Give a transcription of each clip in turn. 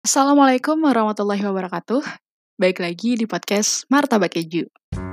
Assalamualaikum warahmatullahi wabarakatuh. Baik lagi di podcast Martabak Keju.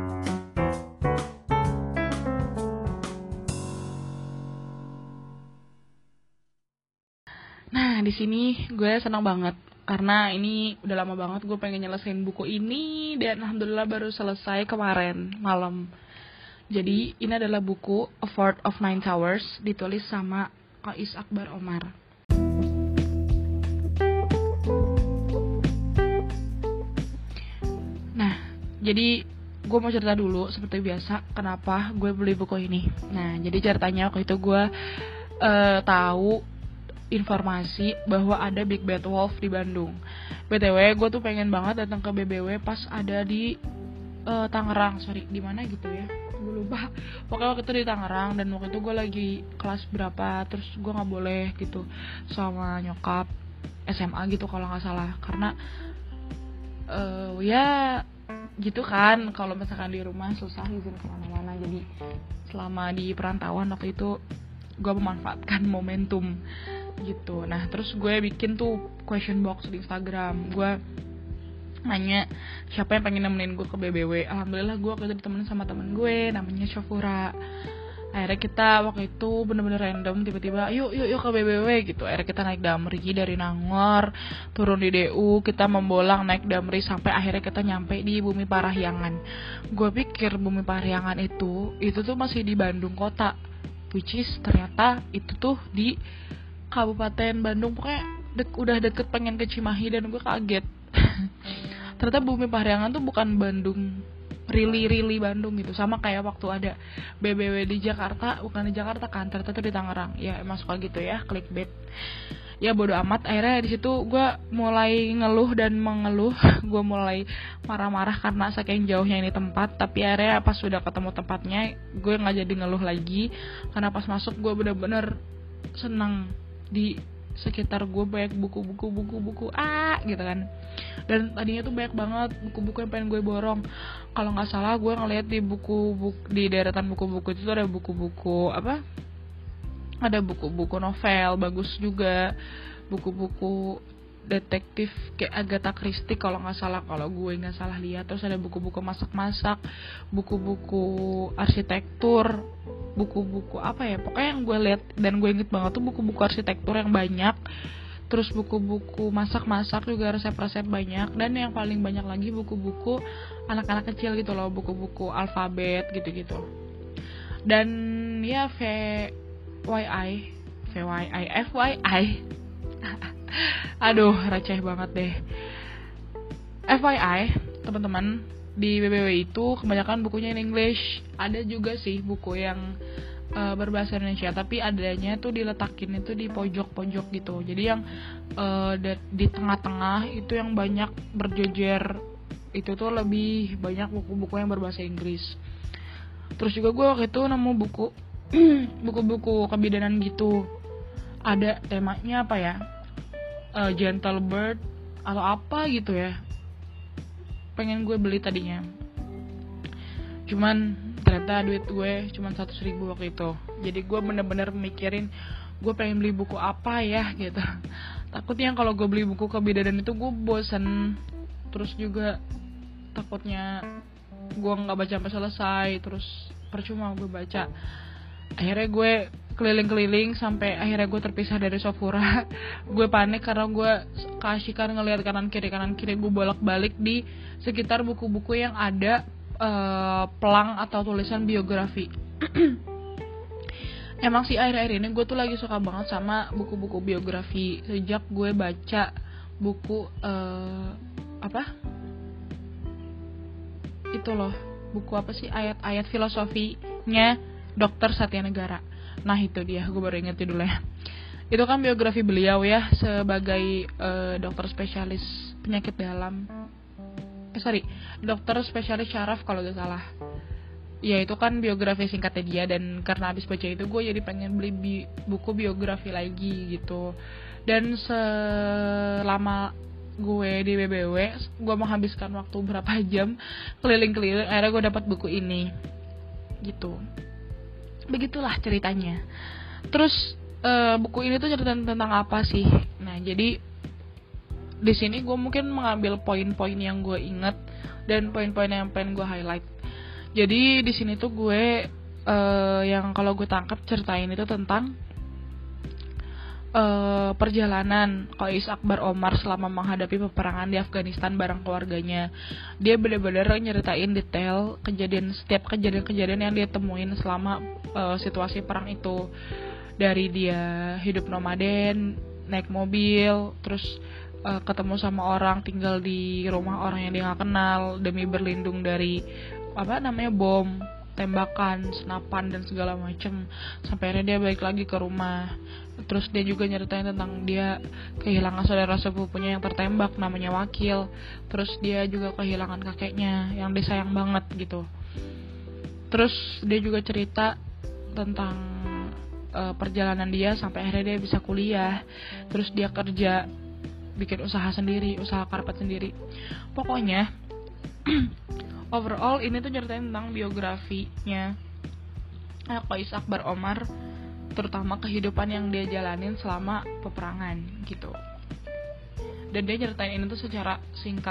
Nah, di sini gue senang banget karena ini udah lama banget gue pengen nyelesain buku ini dan alhamdulillah baru selesai kemarin malam. Jadi, ini adalah buku A Fort of Nine Towers ditulis sama Qais Akbar Omar. Nah, jadi gue mau cerita dulu seperti biasa kenapa gue beli buku ini. Nah, jadi ceritanya waktu itu gue tahu informasi bahwa ada Big Bad Wolf di Bandung. BTW, gue tuh pengen banget datang ke BBW pas ada di Tangerang, di mana gitu ya, gue lupa. Pokoknya waktu itu di Tangerang dan waktu itu gue lagi kelas berapa, terus gue nggak boleh gitu sama nyokap SMA gitu kalau nggak salah, karena ya gitu kan, kalau misalkan di rumah susah izin kemana-mana. Jadi selama di perantauan waktu itu gue memanfaatkan momentum gitu. Nah terus gue bikin tuh question box di Instagram, gue nanya siapa yang pengen nemenin gue ke BBW. Alhamdulillah gue waktu itu ditemenin sama temen gue namanya Syafura. Akhirnya kita waktu itu bener-bener random, tiba-tiba yuk ke BBW gitu. Akhirnya kita naik Damri dari Nangor, turun di DU, kita membolang naik Damri sampai akhirnya kita nyampe di Bumi Parahyangan. Gue pikir Bumi Parahyangan itu tuh masih di Bandung kota, which is ternyata itu tuh di Kabupaten Bandung. Pokoknya udah deket pengen ke Cimahi dan gue kaget. Ternyata Bumi Parahyangan tuh bukan Bandung, really Bandung gitu. Sama kayak waktu ada BBW di Jakarta, bukan di Jakarta kan, ternyata tuh di Tangerang. Ya emang suka gitu ya, clickbait. Ya bodo amat. Akhirnya di situ gue mulai ngeluh dan mengeluh. Gue mulai marah-marah karena saking jauhnya ini tempat. Tapi akhirnya pas sudah ketemu tempatnya, gue nggak jadi ngeluh lagi. Karena pas masuk gue bener-bener senang. Di sekitar gue banyak buku gitu kan. Dan tadinya tuh banyak banget buku-buku yang pengen gue borong. Kalau nggak salah gue ngeliat di buku-buku, di deretan buku-buku itu ada buku-buku apa? Ada buku-buku novel bagus juga, buku-buku detektif kayak Agatha Christie kalau nggak salah, kalau gue nggak salah lihat. Terus ada buku-buku masak-masak, buku-buku arsitektur, buku-buku apa ya, pokoknya yang gue lihat dan gue inget banget tuh buku-buku arsitektur yang banyak. Terus buku-buku masak-masak juga, resep-resep banyak. Dan yang paling banyak lagi buku-buku anak-anak kecil gitu loh, buku-buku alfabet gitu-gitu. Dan ya FYI aduh receh banget deh. FYI teman-teman, di BBW itu kebanyakan bukunya in English. Ada juga sih buku yang berbahasa Indonesia, tapi adanya tuh diletakin itu di pojok-pojok gitu. Jadi yang di tengah-tengah itu yang banyak berjejer itu tuh lebih banyak buku-buku yang berbahasa Inggris. Terus juga gue waktu itu nemu buku-buku kebidanan gitu. Ada temanya apa ya? Gentle Bird atau apa gitu ya. Pengen gue beli tadinya, cuman ternyata duit gue cuman 100.000 waktu itu. Jadi gue bener-bener mikirin gue pengen beli buku apa ya gitu. Takutnya kalau gue beli buku kebidanan itu gue bosen, terus juga takutnya gue nggak baca sampai selesai, terus percuma gue baca. Akhirnya gue keliling-keliling sampai akhirnya gue terpisah dari Sofura. Gue panik karena gue keasikan ngelihat kanan kiri. Gue bolak-balik di sekitar buku-buku yang ada pelang atau tulisan biografi. Emang sih akhir-akhir ini gue tuh lagi suka banget sama buku-buku biografi. Sejak gue baca buku itu loh, buku apa sih, ayat-ayat filosofinya Dr. Satya Negara. Nah itu dia, gue baru inget judulnya. Itu kan biografi beliau ya, sebagai dokter spesialis penyakit dalam. Dokter spesialis syaraf kalau gak salah. Ya itu kan biografi singkatnya dia. Dan karena habis baca itu gue jadi pengen beli buku biografi lagi gitu. Dan selama gue di BBW, gue menghabiskan waktu berapa jam keliling-keliling, akhirnya gue dapat buku ini gitu. Begitulah ceritanya. Terus buku ini tuh cerita tentang apa sih? Nah jadi di sini gue mungkin mengambil poin-poin yang gue inget dan poin-poin yang pengen gue highlight. Jadi di sini tuh gue yang kalau gue tangkap ceritain itu tentang perjalanan Qais Akbar Omar selama menghadapi peperangan di Afghanistan bareng keluarganya. Dia benar-benar nyeritain detail setiap kejadian yang dia temuin selama situasi perang itu. Dari dia hidup nomaden, naik mobil, terus ketemu sama orang, tinggal di rumah orang yang dia gak kenal demi berlindung dari bom, tembakan, senapan dan segala macem, sampai akhirnya dia balik lagi ke rumah. Terus dia juga nyeritain tentang dia kehilangan saudara sepupunya yang tertembak namanya Wakil. Terus dia juga kehilangan kakeknya yang dia sayang banget gitu. Terus dia juga cerita tentang perjalanan dia sampai akhirnya dia bisa kuliah. Terus dia kerja, bikin usaha sendiri, usaha karpet sendiri. Pokoknya overall ini tuh nyeritain tentang biografinya Qais Akbar Omar, terutama kehidupan yang dia jalanin selama peperangan gitu. Dan dia nyeritain ini tuh secara singkat,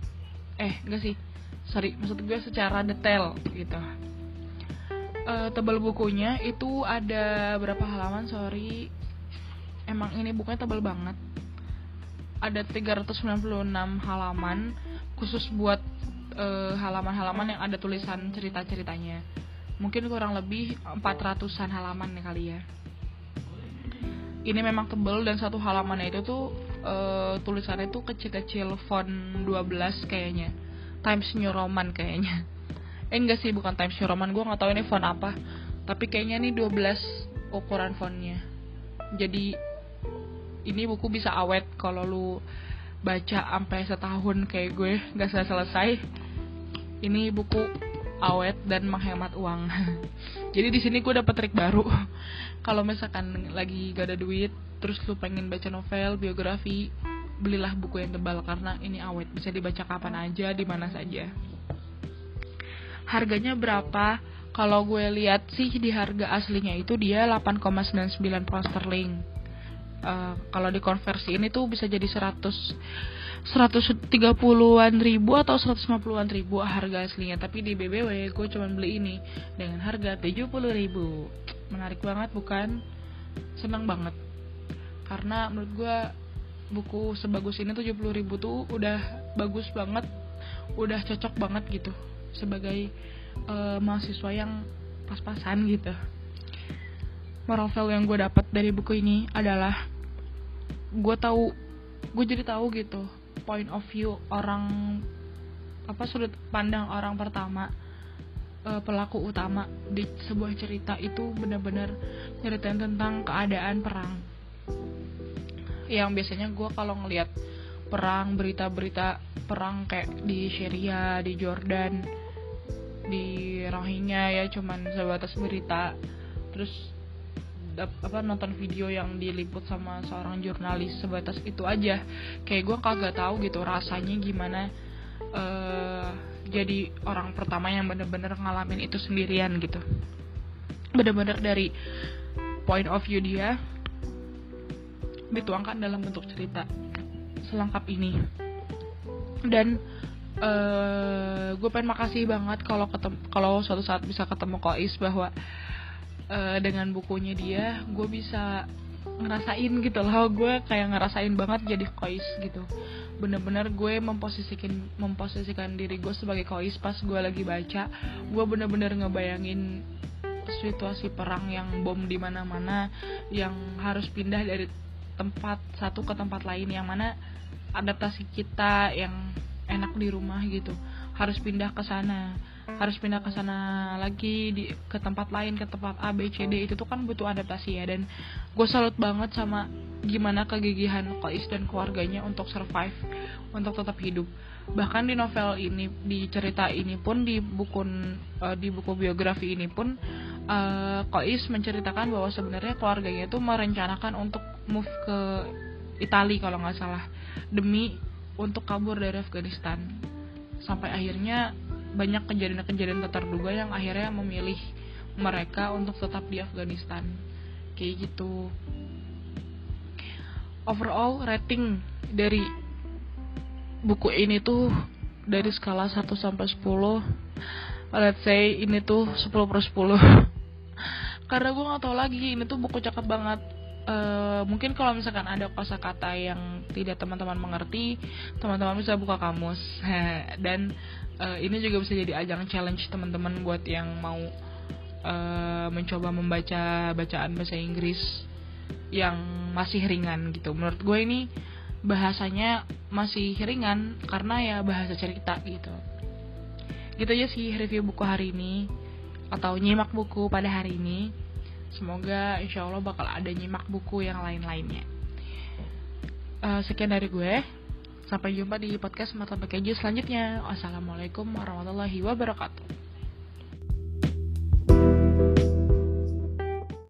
maksud gue secara detail gitu. Tebal bukunya itu ada berapa halaman, emang ini bukunya tebal banget, ada 396 halaman khusus buat halaman-halaman yang ada tulisan cerita-ceritanya. Mungkin kurang lebih 400-an halaman nih kali ya. Ini memang tebal dan satu halamannya itu tuh tulisannya tuh kecil-kecil font 12 kayaknya, Times New Roman kayaknya. Enggak sih, bukan Times New Roman, gue gak tahu ini font apa, tapi kayaknya ini 12 ukuran fontnya. Jadi ini buku bisa awet kalau lu baca sampai setahun kayak gue gak selesai. Ini buku awet dan menghemat uang. Jadi di sini gue dapet trik baru. Kalau misalkan lagi gak ada duit, terus lu pengen baca novel, biografi, belilah buku yang tebal karena ini awet, bisa dibaca kapan aja, di mana saja. Harganya berapa? Kalau gue lihat sih di harga aslinya itu dia 8,99 pound sterling. Kalau dikonversi ini tuh bisa jadi 130-an ribu atau 150-an ribu harga aslinya. Tapi di BBW gue cuma beli ini dengan harga 70 ribu. Menarik banget bukan? Senang banget. Karena menurut gue buku sebagus ini 70 ribu tuh udah bagus banget, udah cocok banget gitu sebagai mahasiswa yang pas-pasan gitu. Moral value yang gue dapat dari buku ini adalah gue jadi tahu gitu point of view orang, sudut pandang orang pertama, pelaku utama di sebuah cerita itu benar-benar nyeritain tentang keadaan perang. Yang biasanya gue kalau ngelihat perang, berita-berita perang kayak di Syria, di Jordan, di Rohingya ya cuman sebatas berita, terus nonton video yang diliput sama seorang jurnalis, sebatas itu aja. Kayak gue kagak tahu gitu rasanya gimana jadi orang pertama yang bener-bener ngalamin itu sendirian gitu. Bener-bener dari point of view dia dituangkan dalam bentuk cerita selengkap ini. Dan gue pengen makasih banget kalau suatu saat bisa ketemu Qais, bahwa dengan bukunya dia gue bisa ngerasain gitu loh, gue kayak ngerasain banget jadi Qais gitu. Bener-bener gue memposisikan diri gue sebagai Qais pas gue lagi baca. Gue bener-bener ngebayangin situasi perang yang bom di mana-mana, yang harus pindah dari tempat satu ke tempat lain, yang mana adaptasi kita yang enak di rumah gitu harus pindah ke sana lagi, ke tempat lain, ke tempat A, B, C, D. Itu tuh kan butuh adaptasi ya. Dan gue salut banget sama gimana kegigihan Qais dan keluarganya untuk survive, untuk tetap hidup. Bahkan di novel ini, di cerita ini pun, di buku biografi ini pun, Qais menceritakan bahwa sebenarnya keluarganya itu merencanakan untuk move ke Italia kalau nggak salah, demi untuk kabur dari Afghanistan. Sampai akhirnya banyak kejadian-kejadian tak terduga yang akhirnya memilih mereka untuk tetap di Afghanistan. Kayak gitu. Overall rating dari buku ini tuh dari skala 1 sampai 10, let's say ini tuh 10/10. Karena gue gak tahu lagi, ini tuh buku cakep banget. Mungkin kalau misalkan ada kosakata yang tidak teman-teman mengerti, teman-teman bisa buka kamus. Dan ini juga bisa jadi ajang challenge teman-teman buat yang mau mencoba membaca bacaan bahasa Inggris yang masih ringan gitu. Menurut gue ini bahasanya masih ringan karena ya bahasa cerita gitu. Gitu aja sih review buku hari ini, atau nyimak buku pada hari ini. Semoga insya Allah bakal ada nyimak buku yang lain-lainnya. Sekian dari gue. Sampai jumpa di podcast Mata Keju selanjutnya. Wassalamualaikum warahmatullahi wabarakatuh.